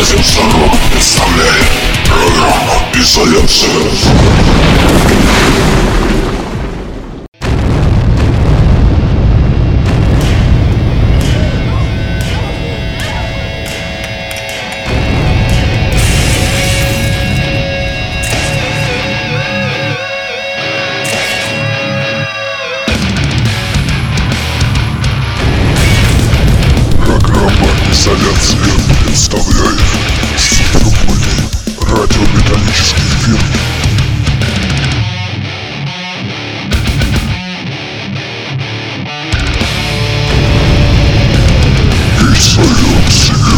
Радио Шарок представляет программу «Изоляция». Изоляция представляет симфонный радиометаллический эфир. Изоляция.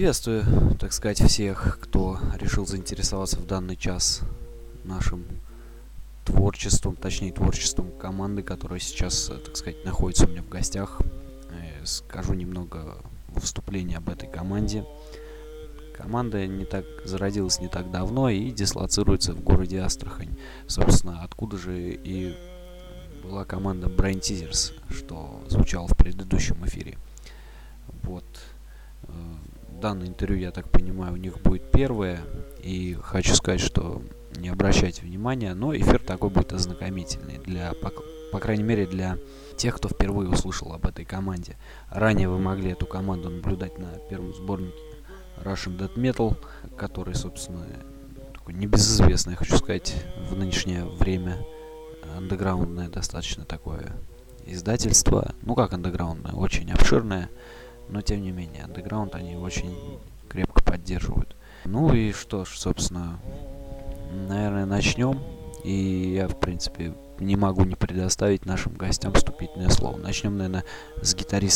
Приветствую, так сказать, всех, кто решил заинтересоваться в данный час нашим творчеством, точнее творчеством команды, которая сейчас, так сказать, находится у меня в гостях. Скажу немного в вступлении об этой команде. Команда зародилась не так давно и дислоцируется в городе Астрахань. Собственно, откуда же и была команда Brain Teasers, что звучало в предыдущем эфире. Вот. Данное интервью, я так понимаю, у них будет первое. И хочу сказать, что не обращайте внимания, но эфир такой будет ознакомительный, по крайней мере, для тех, кто впервые услышал об этой команде. Ранее вы могли эту команду наблюдать на первом сборнике Russian Death Metal, который, собственно, такой небезызвестный, хочу сказать, в нынешнее время андеграундное достаточно такое издательство. Ну как андеграундное, очень обширное, но тем не менее, андеграунд они очень крепко поддерживают. Ну и что ж, собственно, наверное, начнем. И я, в принципе, не могу не предоставить нашим гостям вступительное слово. Начнем, наверное, с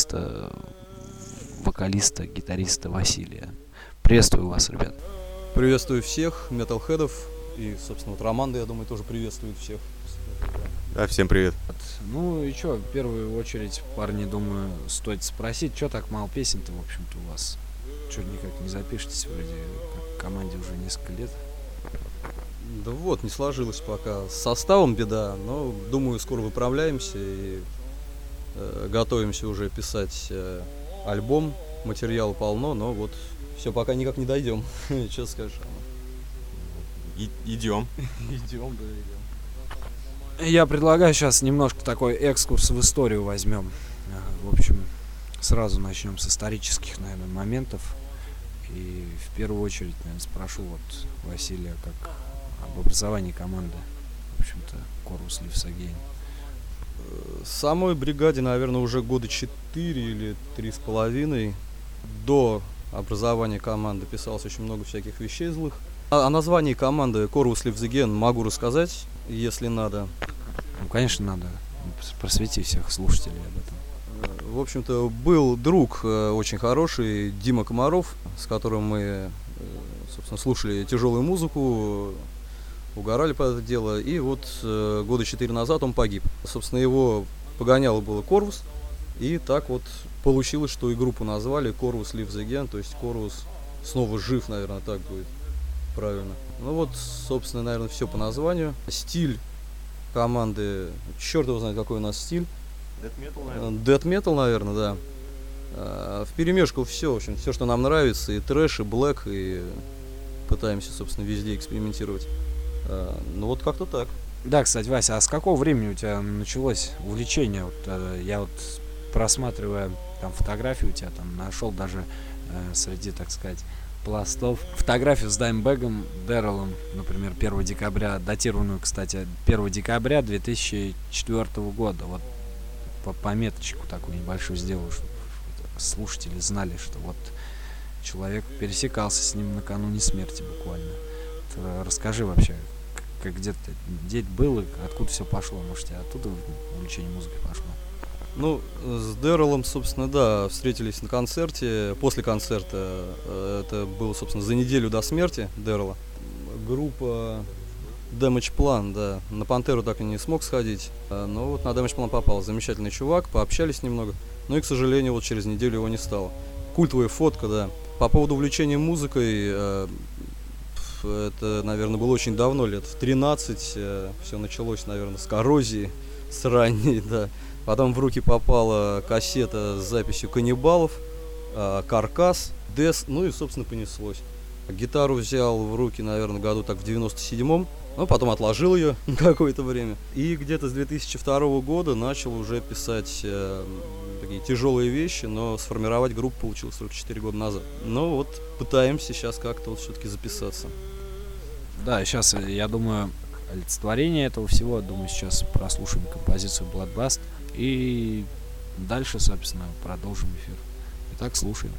вокалиста, гитариста Василия. Приветствую вас, ребят. Приветствую всех металлхедов. И, собственно, вот Роман, я думаю, тоже приветствует всех. Да, всем привет. Ну и что, в первую очередь, парни, думаю, стоит спросить, что так мало песен-то, в общем-то, у вас? Что никак не запишетесь, вроде как команде уже несколько лет. Да вот, не сложилось пока. С составом беда, но, думаю, скоро выправляемся и готовимся уже писать альбом. Материала полно, но вот все пока никак не дойдем. Что скажешь? Идем. Идем, да, идем. Я предлагаю сейчас немножко такой экскурс в историю возьмем. В общем, сразу начнем с исторических, наверное, моментов. И в первую очередь, наверное, спрошу вот Василия, как об образовании команды, в общем-то, Chorus Lives Again. Самой бригаде, наверное, уже года 4 или 3,5. До образования команды писалось очень много всяких вещей злых. О названии команды Chorus Lives Again могу рассказать, если надо. Ну, конечно, надо. Просвети всех слушателей об этом. В общем-то, был друг очень хороший, Дима Комаров, с которым мы, собственно, слушали тяжелую музыку, угорали по это дело. И вот года 4 назад он погиб. Собственно, его погоняло было Corvus. И так вот получилось, что и группу назвали Chorus Lives Again, то есть Corvus снова жив, наверное, так будет правильно. Ну вот, собственно, наверное, все по названию. Стиль команды, черт его знает, какой у нас стиль. Death Metal, наверное. Death Metal, наверное, да. Вперемешку все, в общем, все, что нам нравится, и трэш, и блэк, и пытаемся, собственно, везде экспериментировать. Ну вот как-то так. Да, кстати, Вася, а с какого времени у тебя началось увлечение? Вот, я вот, просматривая там фотографии у тебя, там нашел даже среди, так сказать, пластов фотографию с Даймбэгом Дэрелом, например, 1 декабря, датированную, кстати, 1 декабря 2004 года. Вот по пометочку такую небольшую сделал, чтобы слушатели знали, что вот человек пересекался с ним накануне смерти буквально. Расскажи вообще, где ты был и откуда все пошло? Может, тебя оттуда увлечение музыкой пошло? Ну, с Дэрелом, собственно, да, встретились на концерте. После концерта, это было, собственно, за неделю до смерти Дэрела. Группа Damage Plan, да. На Пантеру так и не смог сходить, но вот на Damage Plan попал. Замечательный чувак, пообщались немного. Ну и, к сожалению, вот через неделю его не стало. Культовая фотка, да. По поводу увлечения музыкой, это, наверное, было очень давно, лет в 13. Все началось, наверное, с коррозии, с ранней, да. Потом в руки попала кассета с записью «Каннибалов», «Каркас», «Дес», ну и, собственно, понеслось. Гитару взял в руки, наверное, году так в 97-м, но потом отложил ее какое-то время. И где-то с 2002 года начал уже писать такие тяжелые вещи, но сформировать группу получилось только 4 года назад. Но вот пытаемся сейчас как-то вот все-таки записаться. Да, сейчас, я думаю, олицетворение этого всего, думаю, сейчас прослушаем композицию Bloodbath и дальше, собственно, продолжим эфир. Итак, слушаем.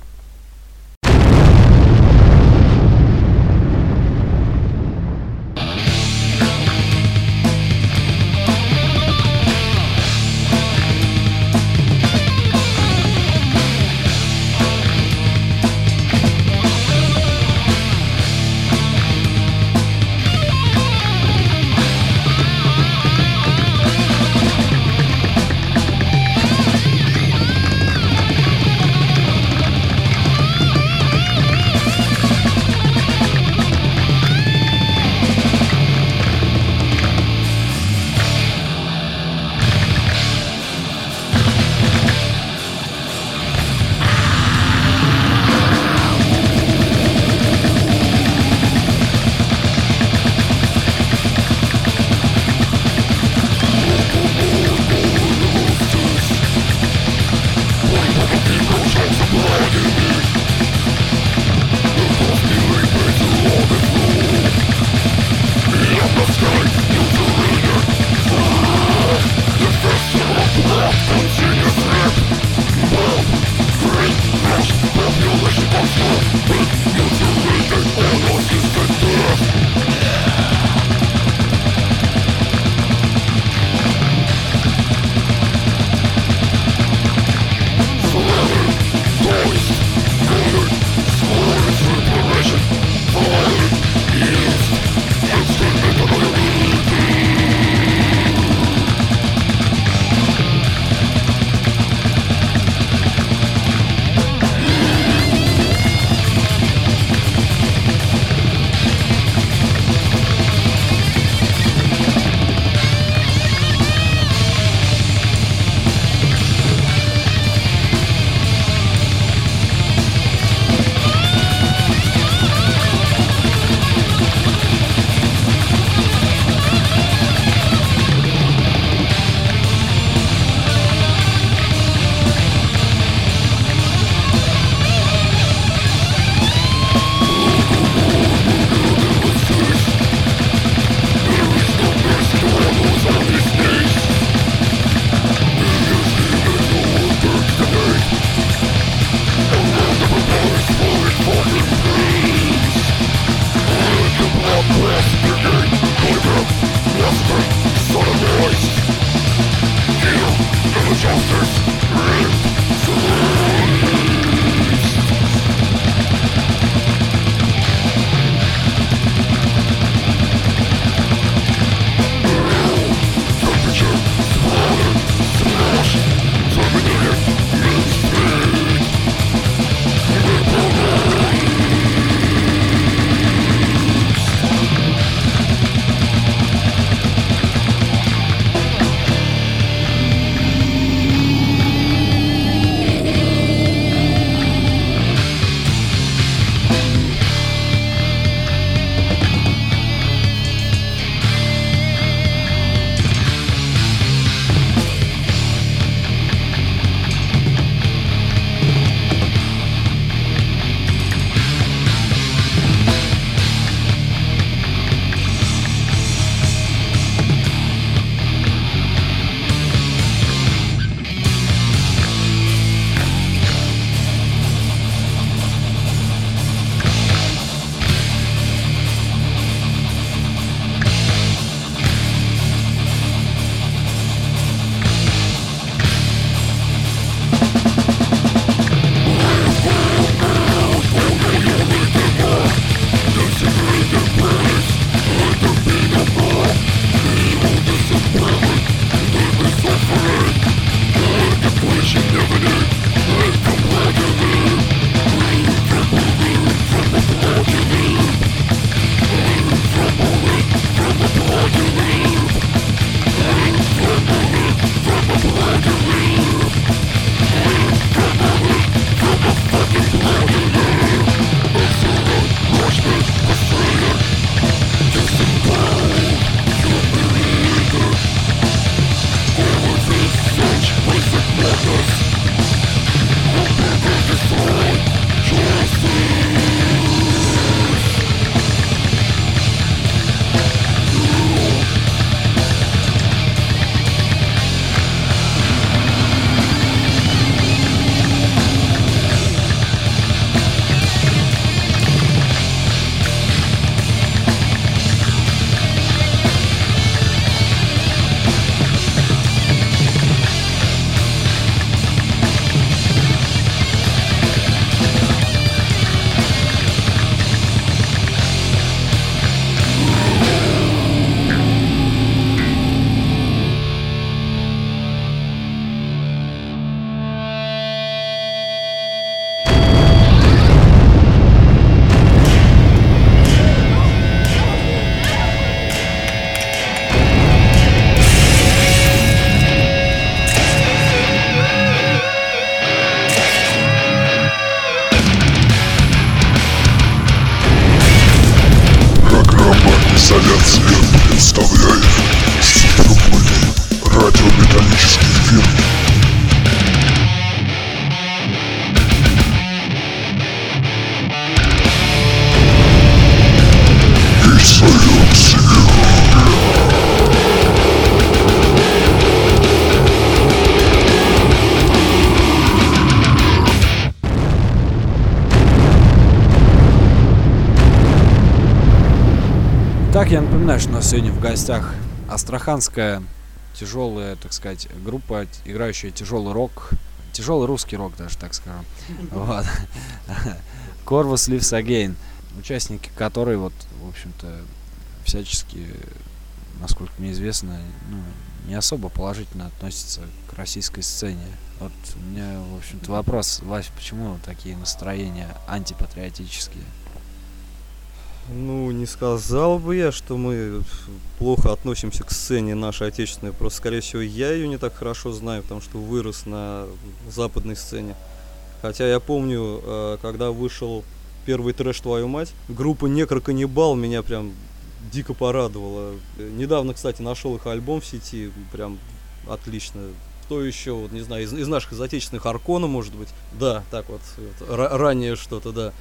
Изоляция представляет супербольный радиометаллический эфир. Так, я напоминаю, что у нас сегодня в гостях астраханская тяжелая, так сказать, группа, играющая тяжелый рок, тяжелый русский рок даже, так скажем. Вот. Corvus Lives Again, участники которой, вот, в общем-то, всячески, насколько мне известно, не особо положительно относятся к российской сцене. Вот у меня, в общем-то, вопрос, Вась, почему такие настроения антипатриотические? Ну, не сказал бы я, что мы плохо относимся к сцене нашей отечественной. Просто, скорее всего, я ее не так хорошо знаю, потому что вырос на западной сцене. Хотя я помню, когда вышел первый трэш «Твою мать», группа Некроканнибал меня прям дико порадовала. Недавно, кстати, нашел их альбом в сети, прям отлично. Что еще, вот, не знаю, из наших отечественных, Аркона, может быть. Да, так вот ранее что-то, да.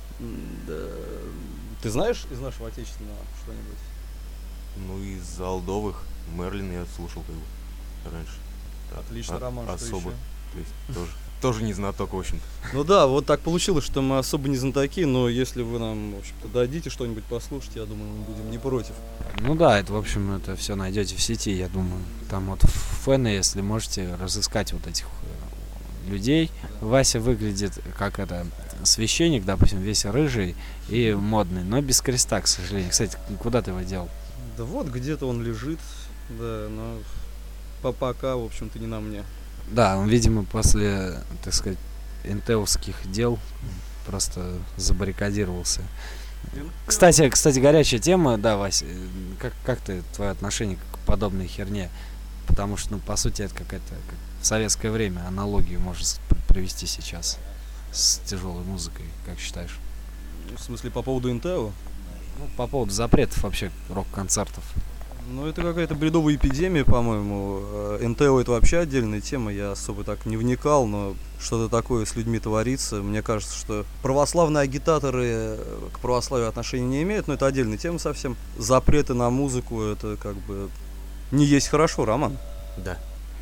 Ты знаешь из нашего отечественного что-нибудь? Ну, из олдовых Мерлин я слушал как бы раньше. Отлично, Роман, что особо. еще? То есть тоже не знаток, в общем-то. Ну да, вот так получилось, что мы особо не знатоки, но если вы нам, в общем-то, дадите что-нибудь послушать, я думаю, мы будем не против. Ну да, это, в общем, это все найдете в сети, я думаю. Там вот фэны, если можете разыскать вот этих людей. Вася выглядит как священник, допустим, весь рыжий и модный, но без креста, к сожалению. Кстати, куда ты его дел? Да вот, где-то он лежит, да, но пока, в общем-то, не на мне. Да, он, видимо, после, так сказать, интеловских дел просто забаррикадировался. Кстати, горячая тема, да, Вася, как ты, твое отношение к подобной херне? Потому что, по сути, это какая-то в советское время аналогию может привести сейчас с тяжелой музыкой, как считаешь? В смысле, по поводу Интео? Ну, по поводу запретов вообще рок-концертов. Ну, это какая-то бредовая эпидемия, по-моему. Интео — это вообще отдельная тема, я особо так не вникал, но что-то такое с людьми творится. Мне кажется, что православные агитаторы к православию отношения не имеют, но это отдельная тема совсем. Запреты на музыку — это как бы не есть хорошо, Роман. Да.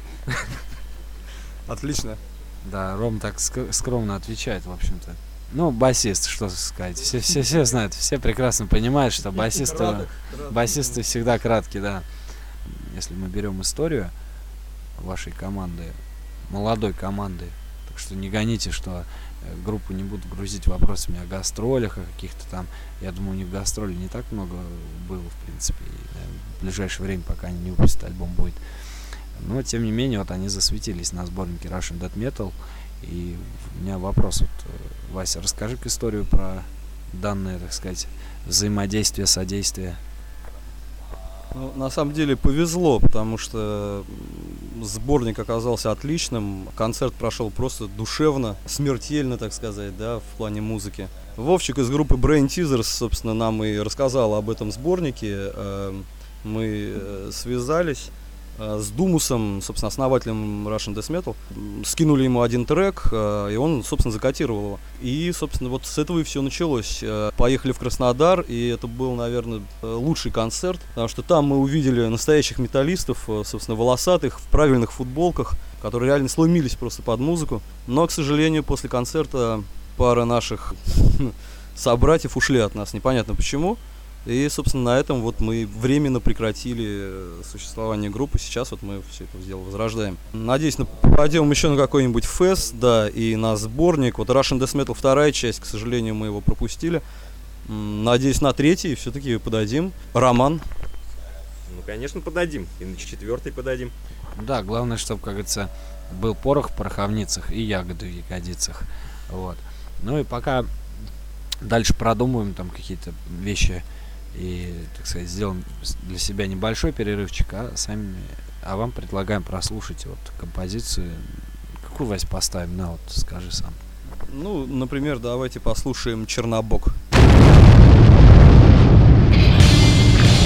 Отлично. Да, Ром так скромно отвечает, в общем-то. Ну, басист, что сказать. Все знают, все прекрасно понимают, что басисты всегда краткие, да. Если мы берем историю вашей команды, молодой команды, так что не гоните, что группу не будут грузить вопросами о гастролях, о каких-то там. Я думаю, у них гастролей не так много было, в принципе. И, наверное, в ближайшее время, пока они не выпустят альбом, будет. Но, тем не менее, вот они засветились на сборнике Russian Death Metal. И у меня вопрос, вот, Вася, расскажи-ка историю про данное, так сказать, взаимодействие, содействие. Ну, на самом деле повезло, потому что сборник оказался отличным, концерт прошел просто душевно, смертельно, так сказать, да, в плане музыки. Вовчик из группы Brain Teasers, собственно, нам и рассказал об этом сборнике. Мы связались с Думусом, собственно, основателем Russian Death Metal, скинули ему один трек, и он, собственно, закодировал его. И, собственно, вот с этого и все началось. Поехали в Краснодар, и это был, наверное, лучший концерт, потому что там мы увидели настоящих металлистов, собственно, волосатых, в правильных футболках, которые реально сломились просто под музыку. Но, к сожалению, после концерта пара наших собратьев ушли от нас, непонятно почему. И, собственно, на этом вот мы временно прекратили существование группы. Сейчас вот мы все это дело возрождаем. Надеюсь, попадем еще на какой-нибудь фест, да, и на сборник. Вот Russian Death Metal вторая часть, к сожалению, мы его пропустили. Надеюсь, на третий все-таки подадим. Роман? Ну, конечно, подадим. И на четвертый подадим. Да, главное, чтобы, как говорится, был порох в пороховницах и ягоды в ягодицах. Вот. Ну и пока дальше продумываем там какие-то вещи и, так сказать, сделаем для себя небольшой перерывчик, а вам предлагаем прослушать вот композицию. Какую, Вась, поставим? На, вот скажи сам. Ну, например, давайте послушаем «Чернобог».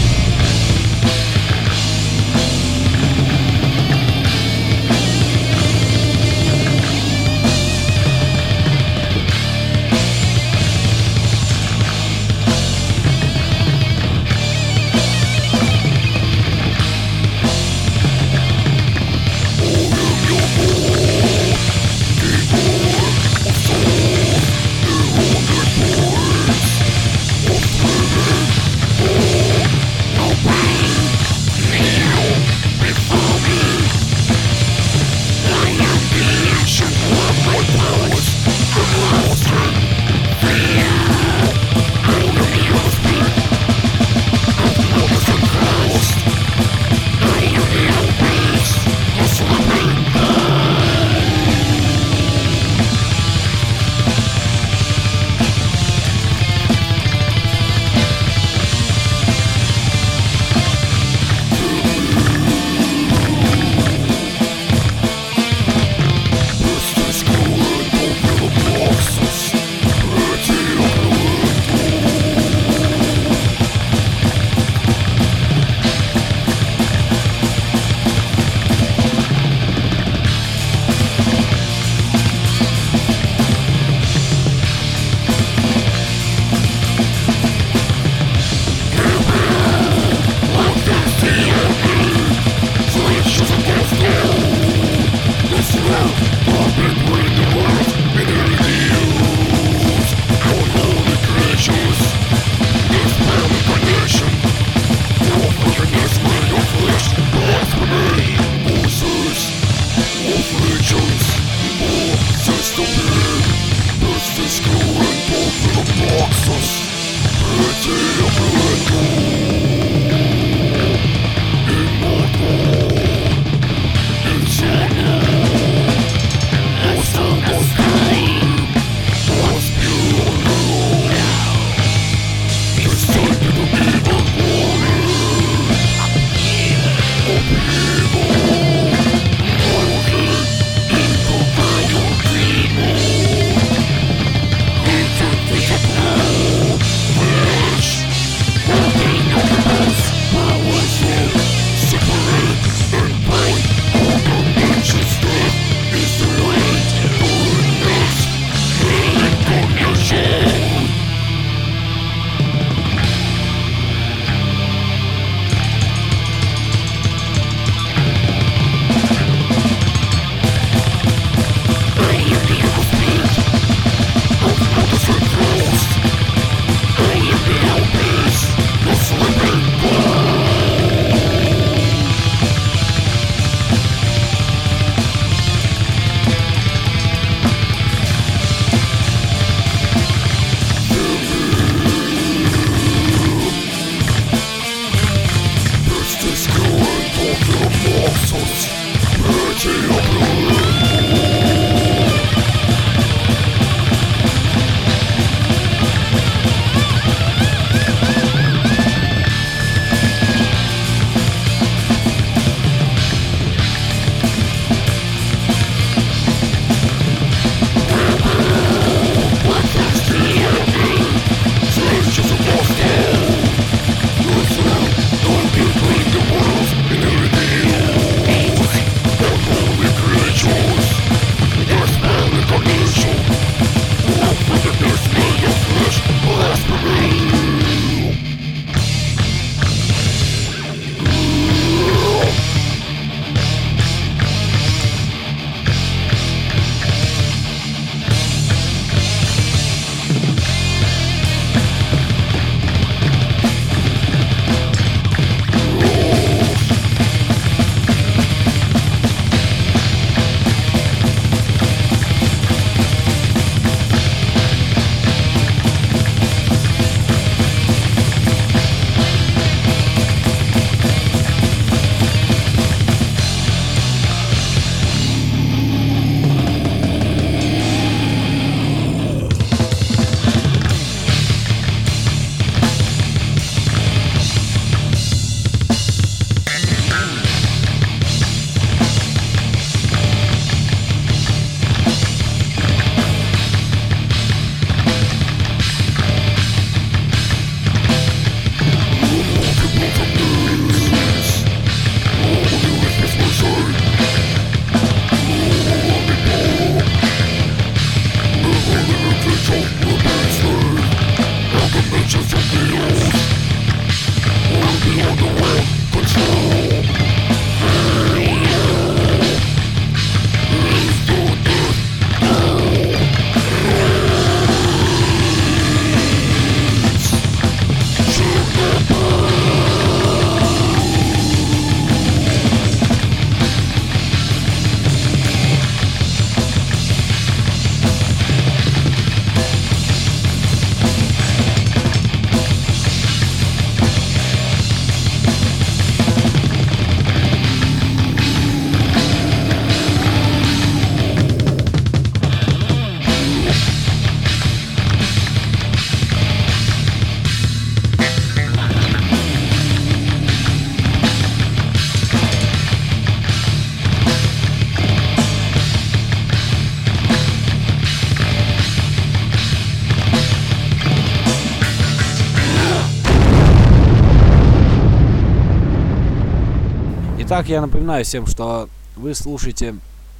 Итак, я напоминаю всем, что вы слушаете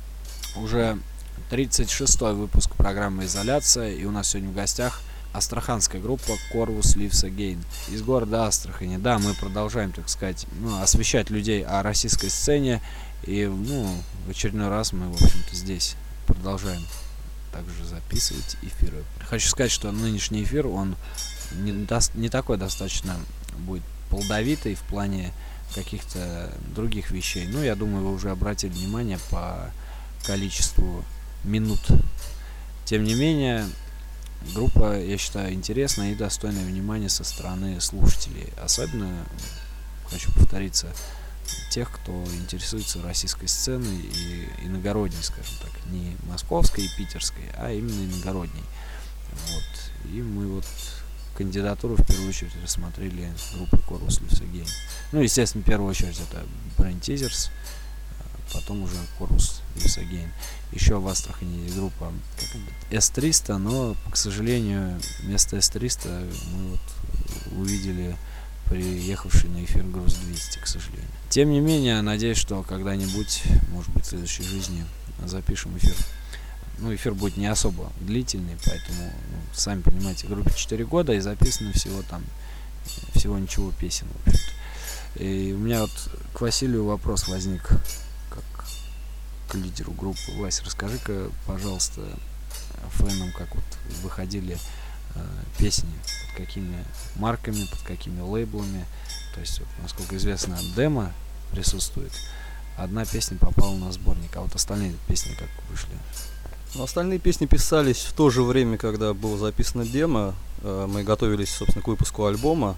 уже 36-й выпуск программы «Изоляция», и у нас сегодня в гостях астраханская группа Corvus Lives Again из города Астрахани. Да, мы продолжаем, так сказать, освещать людей о российской сцене, и в очередной раз мы, в общем-то, здесь продолжаем также записывать эфиры. Хочу сказать, что нынешний эфир, он не такой достаточно будет плодовитый в плане каких-то других вещей. Я думаю, вы уже обратили внимание по количеству минут. Тем не менее, группа, я считаю, интересная и достойная внимания со стороны слушателей. Особенно, хочу повториться, тех, кто интересуется российской сценой и иногородней, скажем так. Не московской и питерской, а именно иногородней. Вот. И мы кандидатуру в первую очередь рассмотрели группы Corvus Lives Again. Естественно, в первую очередь это Brain Teasers, потом уже Corvus Lives Again. Еще в Астрахани есть группа S300, но, к сожалению, вместо S300 мы увидели приехавший на эфир Груз 200, к сожалению. Тем не менее, надеюсь, что когда-нибудь, может быть, в следующей жизни запишем эфир. Эфир будет не особо длительный, поэтому, сами понимаете, группе 4 года и записано всего ничего песен, в общем-то. И у меня к Василию вопрос возник, как к лидеру группы. Вася, расскажи-ка, пожалуйста, фэнам, как выходили песни, под какими марками, под какими лейблами. То есть, насколько известно, демо присутствует. Одна песня попала на сборник, а остальные песни как вышли? Остальные песни писались в то же время, когда было записано демо. Мы готовились, собственно, к выпуску альбома,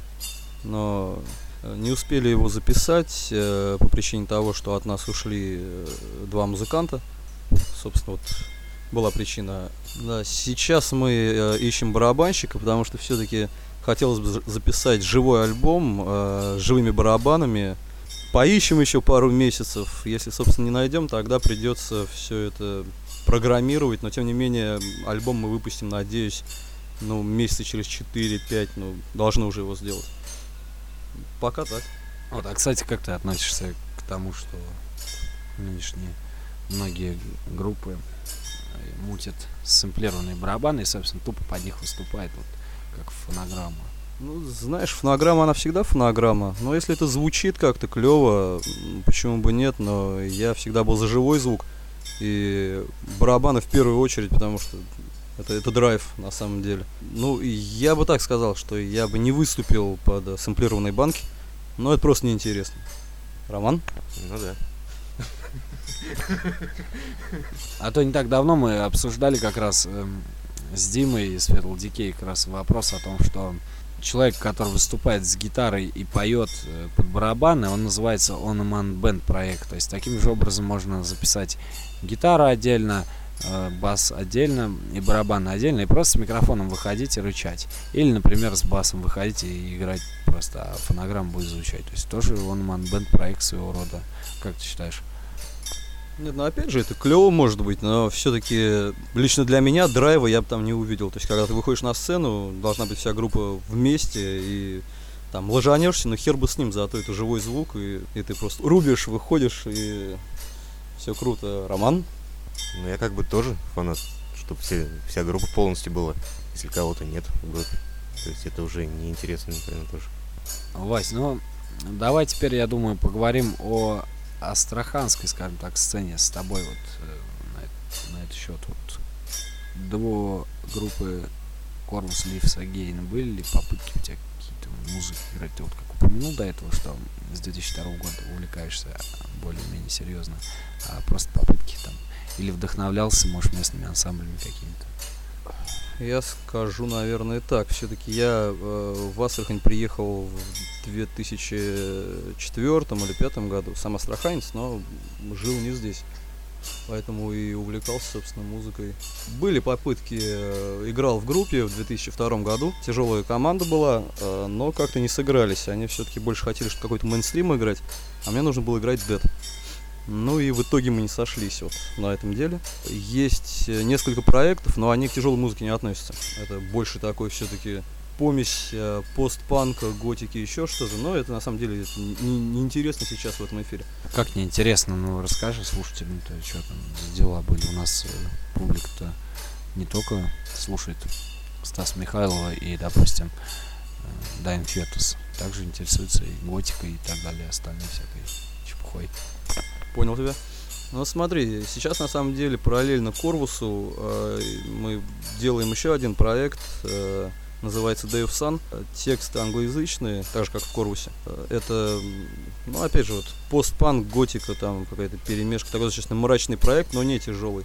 но не успели его записать по причине того, что от нас ушли 2 музыканта. Собственно, была причина. Да, сейчас мы ищем барабанщика, потому что все-таки хотелось бы записать живой альбом с живыми барабанами. Поищем еще пару месяцев. Если, собственно, не найдем, тогда придется все это программировать, но тем не менее альбом мы выпустим, надеюсь, месяца через 4-5, должны уже его сделать. Пока так. А кстати, как ты относишься к тому, что нынешние многие группы мутят сэмплированные барабаны и, собственно, тупо под них выступает как фонограмма? Знаешь, фонограмма, она всегда фонограмма, но если это звучит как-то клево, почему бы нет, но я всегда был за живой звук. И барабаны в первую очередь, потому что это драйв на самом деле. Я бы так сказал, что я бы не выступил под сэмплированные банки, но это просто неинтересно. Роман? Да. А то не так давно мы обсуждали как раз с Димой из Fatal Decay как раз вопрос о том, что человек, который выступает с гитарой и поет под барабаны, он называется On a Man Band проект. То есть таким же образом можно записать гитару отдельно, бас отдельно и барабаны отдельно, и просто с микрофоном выходить и рычать. Или, например, с басом выходить и играть просто, а фонограмма будет звучать. То есть тоже On a Man Band проект своего рода. Как ты считаешь? Нет, опять же, это клево может быть, но все-таки лично для меня драйва я бы там не увидел. То есть, когда ты выходишь на сцену, должна быть вся группа вместе, и там ложанешься, но хер бы с ним, зато это живой звук, и ты просто рубишь, выходишь, и все круто. Роман? Я тоже фанат, чтобы вся группа полностью была, если кого-то нет в группе. То есть это уже неинтересно, наверное, тоже. Вась, давай теперь, я думаю, поговорим о астраханской, скажем так, сцене с тобой вот на этот счет. Вот до группы Corvus Leaves Again были ли попытки у тебя какие-то музыки играть? Ты вот как упомянул до этого, что с 2002 года увлекаешься более-менее серьезно, а просто попытки там, или вдохновлялся, может, местными ансамблями какими-то? Я скажу, наверное, так. Все-таки я в Астрахань приехал в 2004 или 2005 году. Сам астраханец, но жил не здесь. Поэтому и увлекался, собственно, музыкой. Были попытки, играл в группе в 2002 году. Тяжелая команда была, но как-то не сыгрались. Они все-таки больше хотели что какой-то мейнстрим играть, а мне нужно было играть дэт. Ну и в итоге мы не сошлись вот на этом деле. Есть несколько проектов, но они к тяжелой музыке не относятся. Это больше такой все-таки помесь постпанка, готики, еще что-то. Но это на самом деле не интересно сейчас в этом эфире. Как неинтересно, ну расскажи слушателям-то, что там за дела были. У нас публика-то не только слушает Стаса Михайлова и, допустим, Dying Fetus, также интересуется и готикой и так далее, остальной всякой чепухой. Понял тебя. Ну смотри, сейчас на самом деле параллельно Корвусу мы делаем еще один проект, называется Day of Sun. Тексты англоязычные, так же как в Корвусе. Это, ну опять же, вот постпанк, готика, там какая-то перемешка. Такой достаточно мрачный проект, но не тяжелый.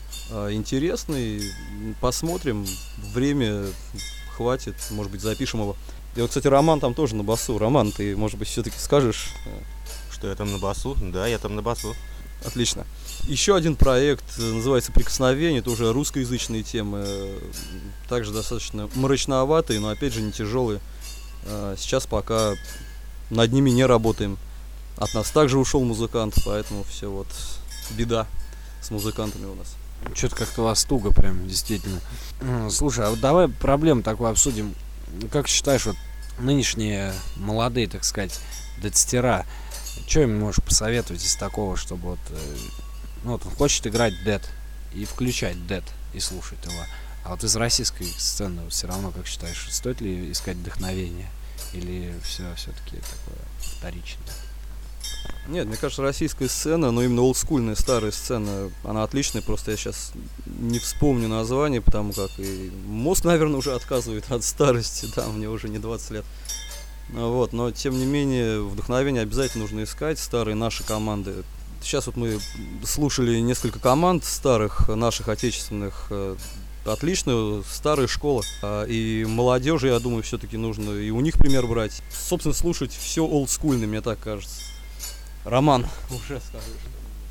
Интересный, посмотрим, время хватит, может быть, запишем его. И вот, кстати, Роман там тоже на басу. Роман, ты, может быть, все-таки скажешь... Что я там на басу? Да, я там на басу. Отлично. Еще один проект называется «Прикосновение». Это уже русскоязычные темы. Также достаточно мрачноватые, но опять же не тяжелые. Сейчас пока над ними не работаем. От нас также ушел музыкант, поэтому все вот беда с музыкантами у нас. Что-то как-то у вас туго прям, действительно. Слушай, а вот давай проблему такую обсудим. Как считаешь, вот нынешние молодые, так сказать, дедстера, что им можешь посоветовать из такого, чтобы вот, ну вот он хочет играть дед и включать дед и слушать его, а вот из российской сцены вот все равно, как считаешь, стоит ли искать вдохновение или все-таки такое вторичное? Нет, мне кажется, российская сцена, но именно олдскульная старая сцена, она отличная, просто я сейчас не вспомню название, потому как и мозг, наверное, уже отказывает от старости, да, мне уже не 20 лет. Вот, но тем не менее вдохновение обязательно нужно искать, старые наши команды. Сейчас вот мы слушали несколько команд старых наших отечественных, отличная старая школа, и молодежи, я думаю, все-таки нужно и у них пример брать. Собственно, слушать все олдскульное, мне так кажется. Роман, уже скажи, что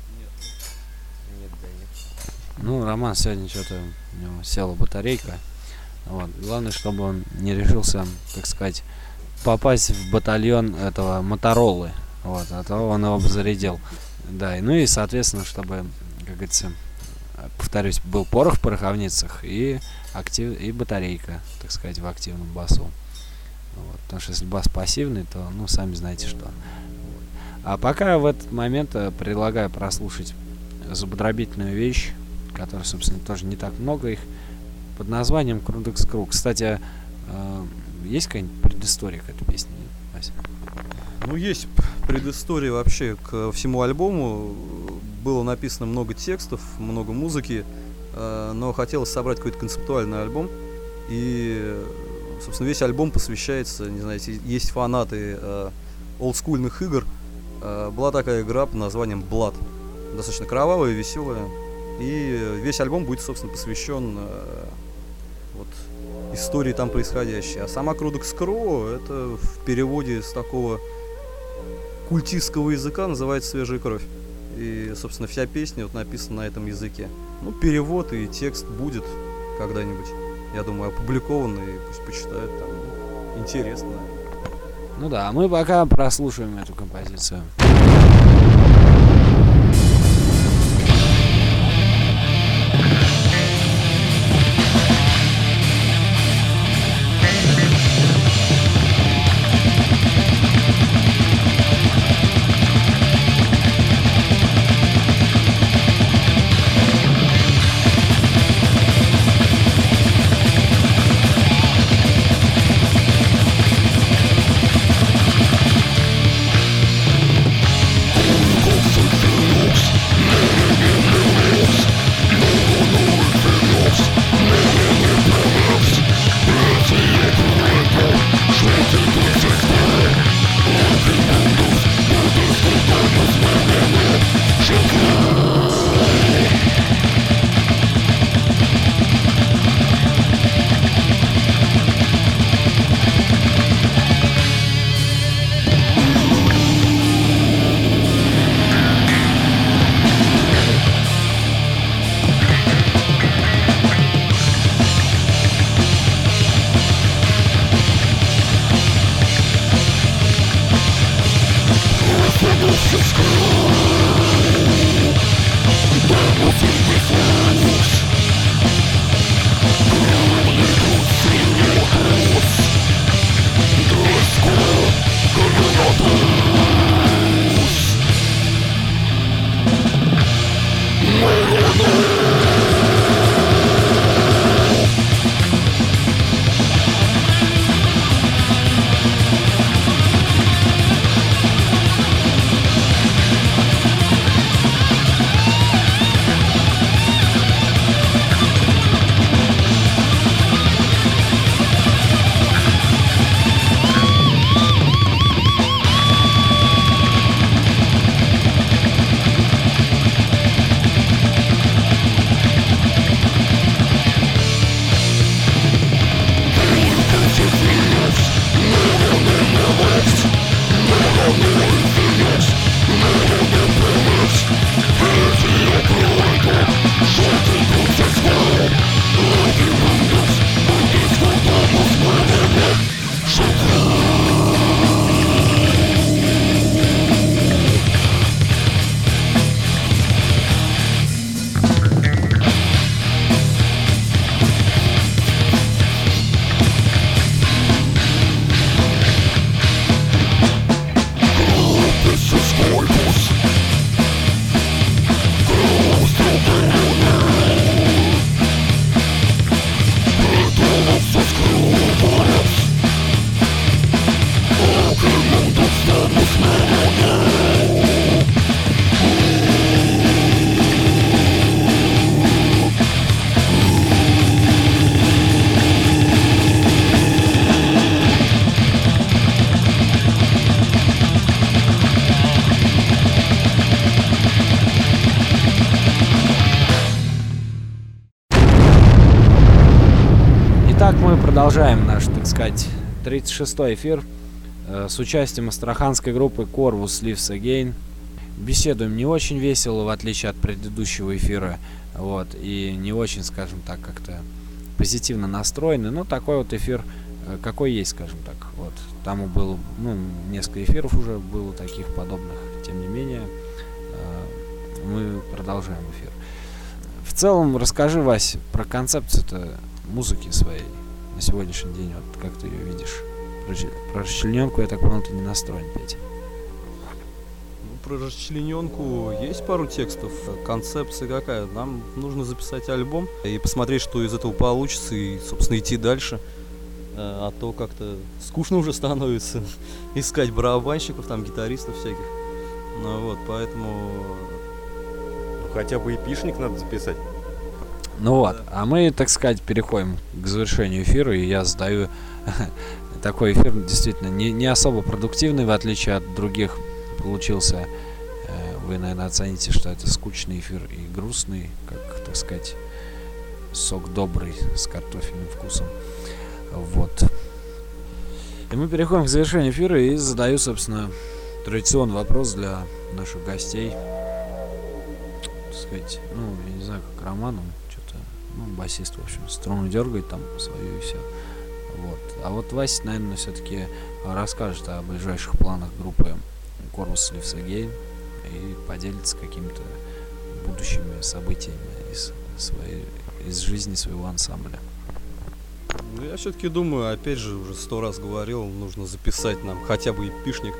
Нет, да нет. Ну, Роман сегодня что-то, у него села батарейка, вот. Главное, чтобы он не решился, так сказать, попасть в батальон этого Моторолы, вот, а то он его бы зарядил. Да, ну и, соответственно, чтобы, как говорится, повторюсь, был порох в пороховницах и батарейка, так сказать, в активном басу. Вот, потому что если бас пассивный, то, ну, сами знаете что. Вот. А пока в этот момент предлагаю прослушать зубодробительную вещь, которая, собственно, тоже не так много их, под названием Крудекс Круг. Кстати, есть какая-нибудь предыстория к этой песне, Вася? Ну, есть предыстория вообще к всему альбому. Было написано много текстов, много музыки, но хотелось собрать какой-то концептуальный альбом. И, собственно, весь альбом посвящается, не знаю, есть фанаты олдскульных игр. Была такая игра под названием Blood. Достаточно кровавая, веселая. И весь альбом будет, собственно, посвящен вот истории там происходящей. А сама Крудекс Кро, это в переводе с такого культистского языка называется «Свежая кровь». И, собственно, вся песня вот написана на этом языке. Ну, перевод и текст будет когда-нибудь, я думаю, опубликованный, пусть почитают, там интересно. Ну да, мы пока прослушаем эту композицию. Итак, мы продолжаем наш, так сказать, 36-й эфир с участием астраханской группы Corvus Lives Again. Беседуем не очень весело, в отличие от предыдущего эфира, вот, и не очень, скажем так, как-то позитивно настроены, но такой вот эфир, какой есть, скажем так, вот. Там было, несколько эфиров уже было таких подобных, тем не менее, мы продолжаем эфир. В целом, расскажи, Вась, про концепцию-то музыки своей на сегодняшний день, вот как ты ее видишь? Про расчлененку, я так понял, ты не настроен петь. Про расчлененку есть пару текстов. Концепция какая? Нам нужно записать альбом и посмотреть, что из этого получится, и, собственно, идти дальше. А то как-то скучно уже становится искать барабанщиков, там, гитаристов всяких. Вот, поэтому... Хотя бы эпишник надо записать. Ну вот, а мы, так сказать, переходим к завершению эфира, и я задаю такой эфир, действительно, не особо продуктивный, в отличие от других получился. Вы, наверное, оцените, что это скучный эфир и грустный, как, так сказать, сок добрый с картофельным вкусом. Вот. И мы переходим к завершению эфира и задаю, собственно, традиционный вопрос для наших гостей. Так сказать, я не знаю, как Роман, он что-то, басист, в общем, струну дергает там свою и все. Вот. А вот Вася, наверное, все-таки расскажет о ближайших планах группы Corvus Lives Again и поделится какими-то будущими событиями из жизни своего ансамбля. Я все-таки думаю, опять же, уже 100 раз говорил, нужно записать нам хотя бы эпишник,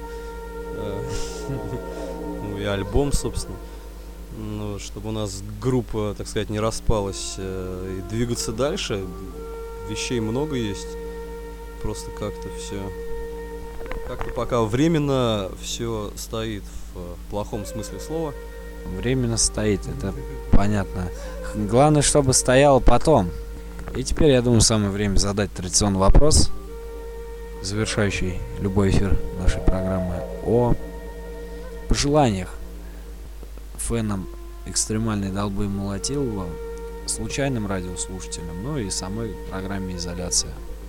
и альбом, собственно, чтобы у нас группа, так сказать, не распалась, и двигаться дальше. Вещей много есть, просто как-то все, как-то пока временно все стоит в плохом смысле слова. Временно стоит, это понятно. Главное, чтобы стояло потом. И теперь, я думаю, самое время задать традиционный вопрос, завершающий любой эфир нашей программы, о пожеланиях фенам экстремальной долбы Молотилова, случайным радиослушателям, и самой программе «Изоляция».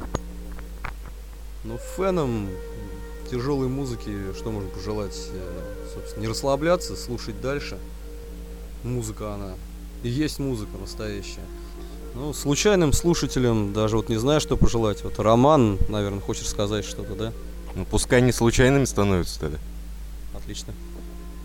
Фенам тяжелой музыки что можно пожелать? Собственно, не расслабляться, слушать дальше. Музыка она и есть музыка настоящая. Случайным слушателям даже не знаю, что пожелать. Вот Роман, наверное, хочешь сказать что-то, да? Пускай не случайными становятся тогда. Отлично.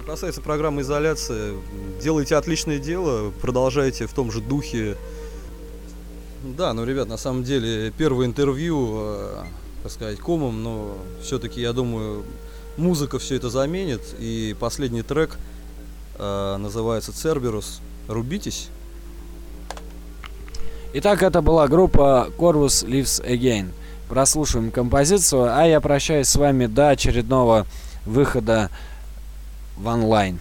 Касается программы изоляции, делайте отличное дело, продолжайте в том же духе. Да, ну, ребят, на самом деле, первое интервью, так сказать, комом, но все-таки, я думаю, музыка все это заменит. И последний трек называется «Cerberus». Рубитесь. Итак, это была группа Corvus Lives Again. Прослушаем композицию, а я прощаюсь с вами до очередного выхода в онлайн.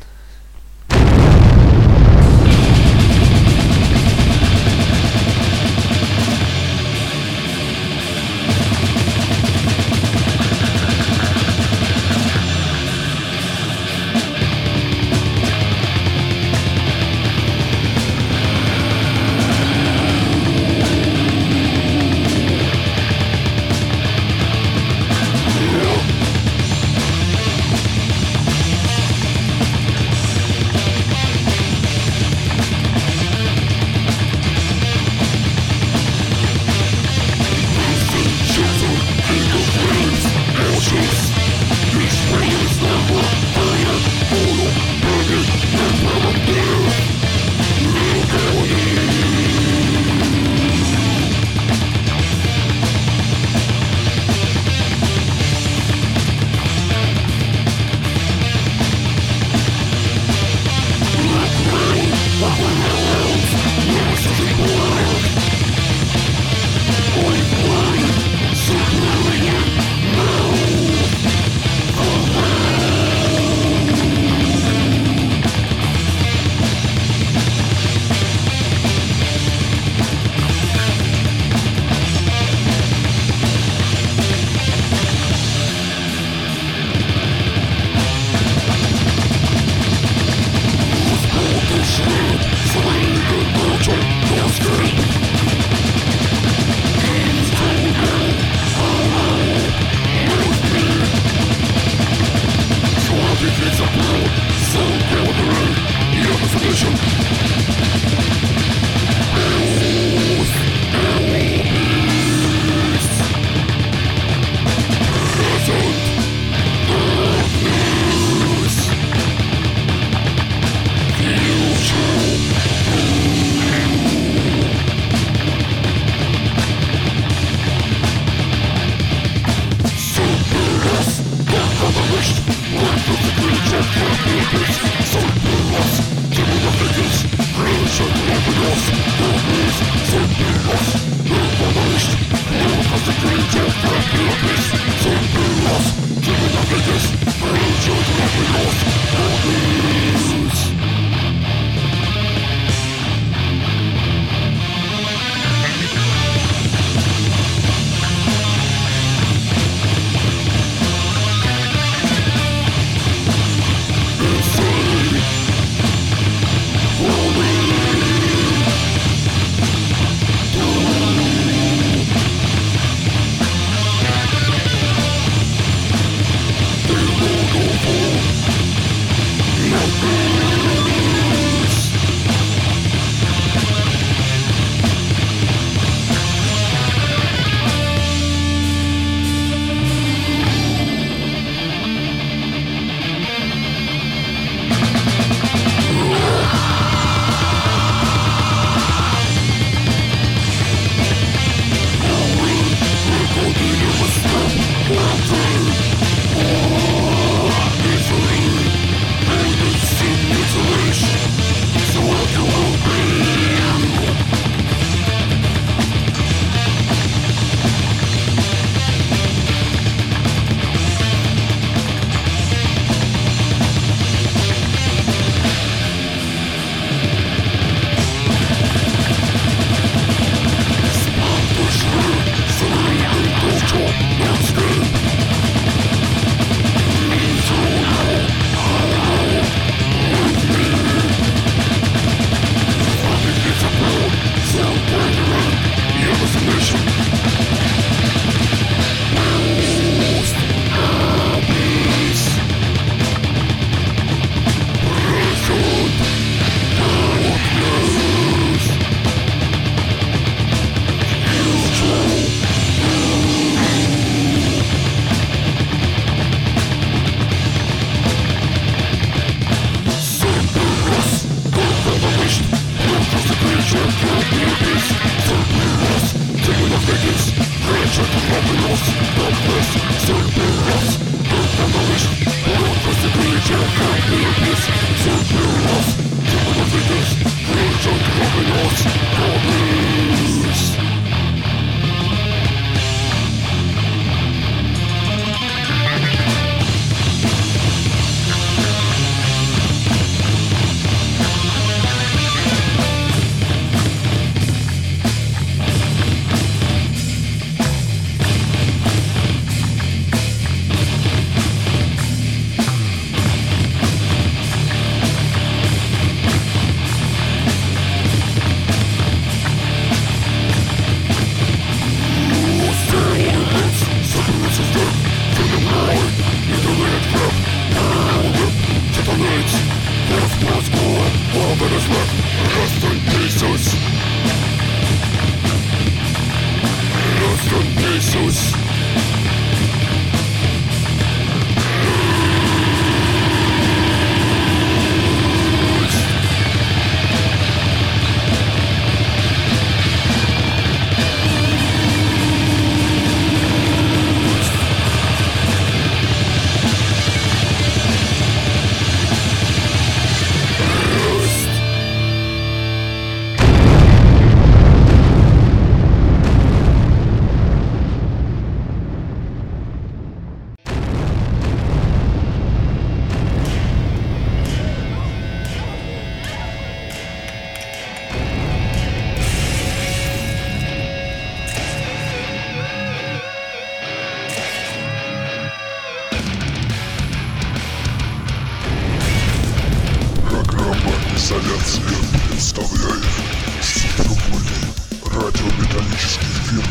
Программа «Изоляция» представляет супервольный радиометаллический эфир.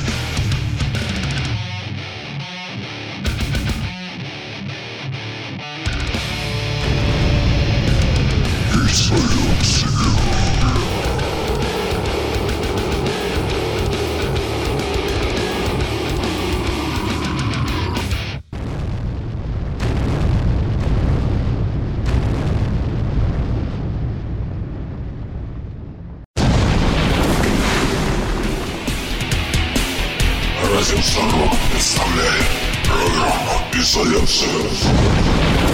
Изоляция. Радио Сорок представляет программу «Изоляция».